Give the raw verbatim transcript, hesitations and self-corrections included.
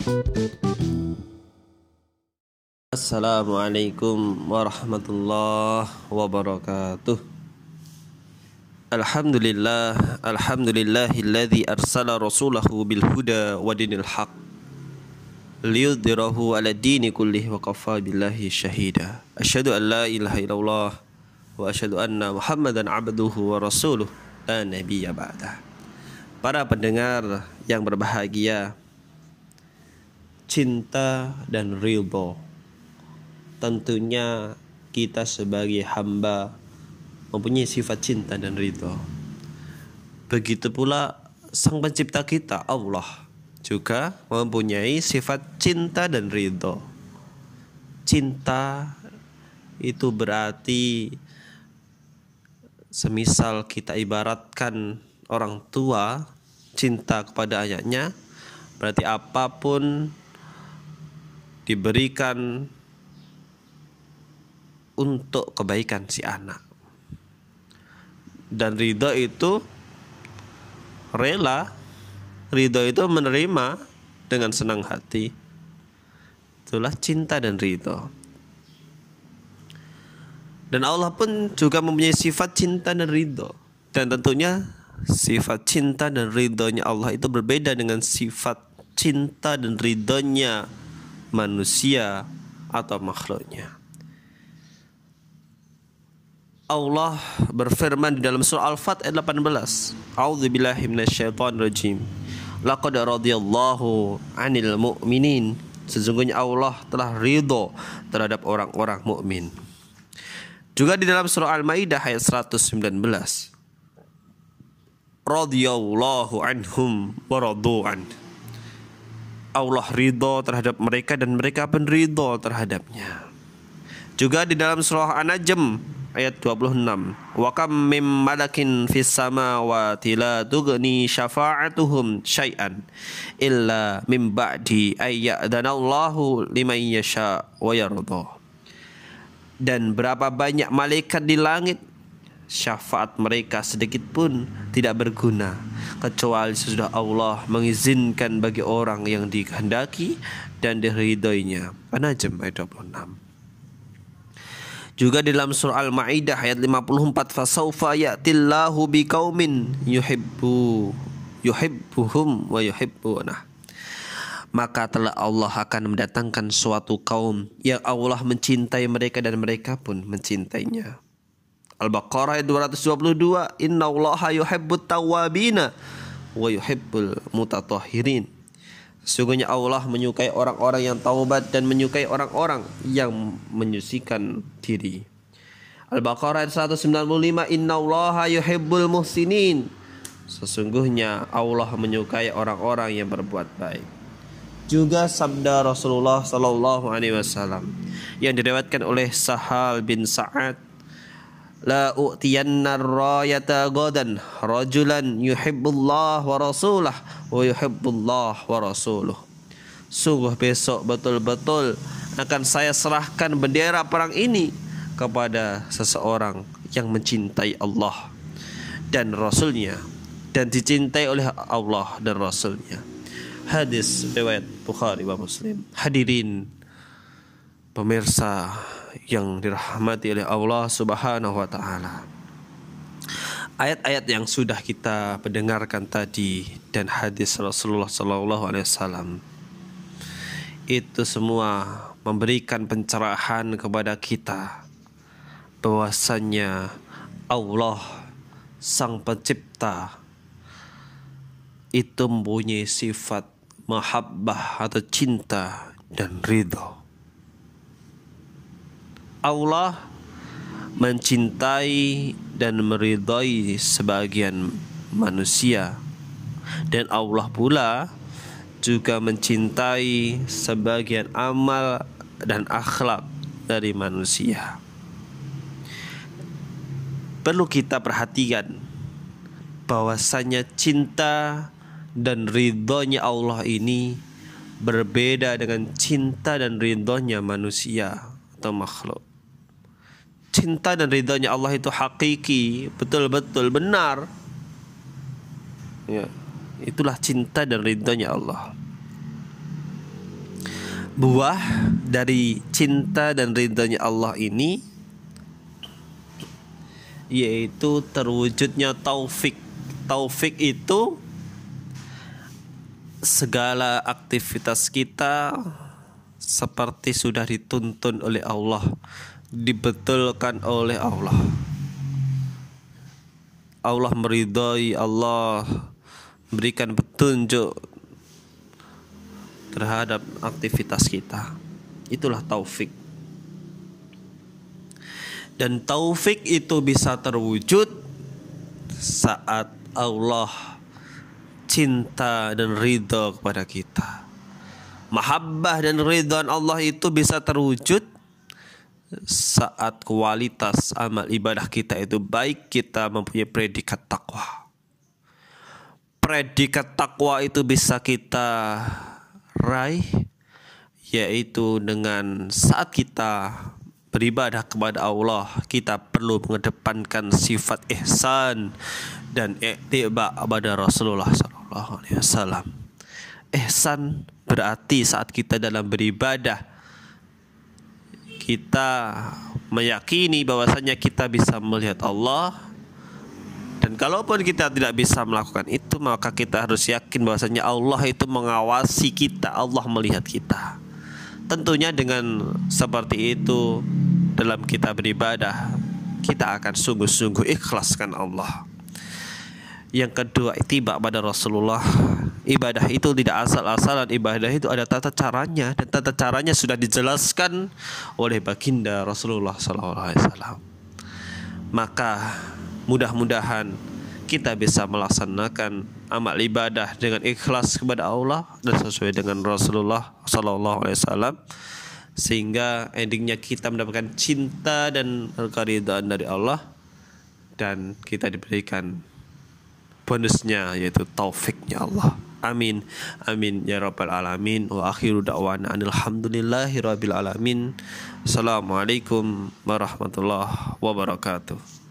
Assalamualaikum warahmatullahi wabarakatuh. Alhamdulillah, alhamdulillahilladzi arsala rasulahu bil huda wa dinil haq liyudhhirahu 'ala dini kullih wa kafa billahi syahida. Asyhadu an la ilaha illallah wa asyhadu anna Muhammadan 'abduhu wa rasuluh la nabiyya ba'dah. Para pendengar yang berbahagia, cinta dan ridho. Tentunya kita sebagai hamba mempunyai sifat cinta dan ridho. Begitu pula Sang Pencipta kita, Allah, juga mempunyai sifat cinta dan ridho. Cinta itu berarti semisal kita ibaratkan orang tua cinta kepada anaknya, berarti apapun diberikan untuk kebaikan si anak. Dan ridho itu rela, ridho itu menerima dengan senang hati. Itulah cinta dan ridho. Dan Allah pun juga mempunyai sifat cinta dan ridho. Dan tentunya sifat cinta dan ridhonya Allah itu berbeda dengan sifat cinta dan ridhonya manusia atau makhluknya. Allah berfirman di dalam surah Al-Fat ayat delapan belas. A'udzubillahi minasyaitonir rajim. Laqad radhiyallahu 'anil mu'minin. Sesungguhnya Allah telah ridho terhadap orang-orang mukmin. Juga di dalam surah Al-Maidah ayat seratus sembilan belas. Radhiyallahu anhum wa radu'an. Allah ridho terhadap mereka dan mereka pun ridho terhadapnya. Juga di dalam surah An-Najm ayat dua puluh enam. Wa kam mim malakin fis samawati la tughni syafa'atuhum syai'an illa mim ba'di ay ya'danallahu liman yasha wa yarda. Dan berapa banyak malaikat di langit, syafaat mereka sedikit pun tidak berguna kecuali sesudah Allah mengizinkan bagi orang yang dikehendaki dan diridhoinya. An-Najm ayat dua puluh enam. Juga di dalam surah Al-Maidah ayat lima puluh empat, fasaufa ya'tillahu biqaumin yuhibbu yuhibbuhum wa yuhibbunah. Maka telah Allah akan mendatangkan suatu kaum yang Allah mencintai mereka dan mereka pun mencintainya. Al-Baqarah ayat dua ratus dua puluh dua, innallaha yuhibbut tawwabina wa yuhibbul mutatahhirin. Sesungguhnya Allah menyukai orang-orang yang taubat dan menyukai orang-orang yang menyucikan diri. Al-Baqarah ayat seratus sembilan puluh lima, innallaha yuhibbul muhsinin. Sesungguhnya Allah menyukai orang-orang yang berbuat baik. Juga sabda Rasulullah sallallahu alaihi wasallam yang diriwayatkan oleh Sahal bin Sa'ad, la u'tiyanna ar-rayata ghadan rajulan yuhibbullah wa rasulah wa yuhibbullah wa rasuluh. Sungguh besok betul-betul akan saya serahkan bendera perang ini kepada seseorang yang mencintai Allah dan Rasulnya dan dicintai oleh Allah dan Rasulnya. Hadis riwayat Bukhari wa Muslim. Hadirin pemirsa yang dirahmati oleh Allah Subhanahu wa taala. Ayat-ayat yang sudah kita pendengarkan tadi dan hadis Rasulullah sallallahu alaihi wasallam itu semua memberikan pencerahan kepada kita bahwasannya Allah Sang Pencipta itu mempunyai sifat mahabbah atau cinta dan ridho. Allah mencintai dan meridhai sebagian manusia, dan Allah pula juga mencintai sebagian amal dan akhlak dari manusia. Perlu kita perhatikan bahwasanya cinta dan ridhonya Allah ini berbeda dengan cinta dan ridhonya manusia atau makhluk. Cinta dan ridhonya Allah itu hakiki, betul-betul benar. Ya, itulah cinta dan ridhonya Allah. buah dari cinta dan ridhonya Allah ini, yaitu terwujudnya taufik. Taufik itu segala aktivitas kita seperti sudah dituntun oleh Allah, dibetulkan oleh Allah. Allah meridhai, Allah berikan petunjuk terhadap aktivitas kita. Itulah taufik. Dan taufik itu bisa terwujud saat Allah cinta dan ridha kepada kita. Mahabbah dan ridhaan Allah itu bisa terwujud saat kualitas amal ibadah kita itu baik, kita mempunyai predikat takwa. Predikat takwa itu bisa kita raih, yaitu dengan saat kita beribadah kepada Allah, kita perlu mengedepankan sifat ihsan dan ittiba kepada Rasulullah sallallahu alaihi wasallam. Ihsan berarti saat kita dalam beribadah, kita meyakini bahwasanya kita bisa melihat Allah, dan kalaupun kita tidak bisa melakukan itu, maka kita harus yakin bahwasanya Allah itu mengawasi kita, Allah melihat kita. Tentunya dengan seperti itu, dalam kita beribadah, kita akan sungguh-sungguh ikhlaskan Allah. Yang kedua, ittiba pada Rasulullah. Ibadah itu tidak asal-asalan, ibadah itu ada tata caranya, dan tata caranya sudah dijelaskan oleh baginda Rasulullah sallallahu alaihi wasallam. Maka mudah-mudahan kita bisa melaksanakan amal ibadah dengan ikhlas kepada Allah dan sesuai dengan Rasulullah sallallahu alaihi wasallam, sehingga endingnya kita mendapatkan cinta dan keridhaan dari Allah, dan kita diberikan bonusnya yaitu taufiknya Allah. Amin amin ya rabbal alamin. Wa akhiru da'wana alhamdulillahi rabbil alamin. Assalamualaikum warahmatullahi wabarakatuh.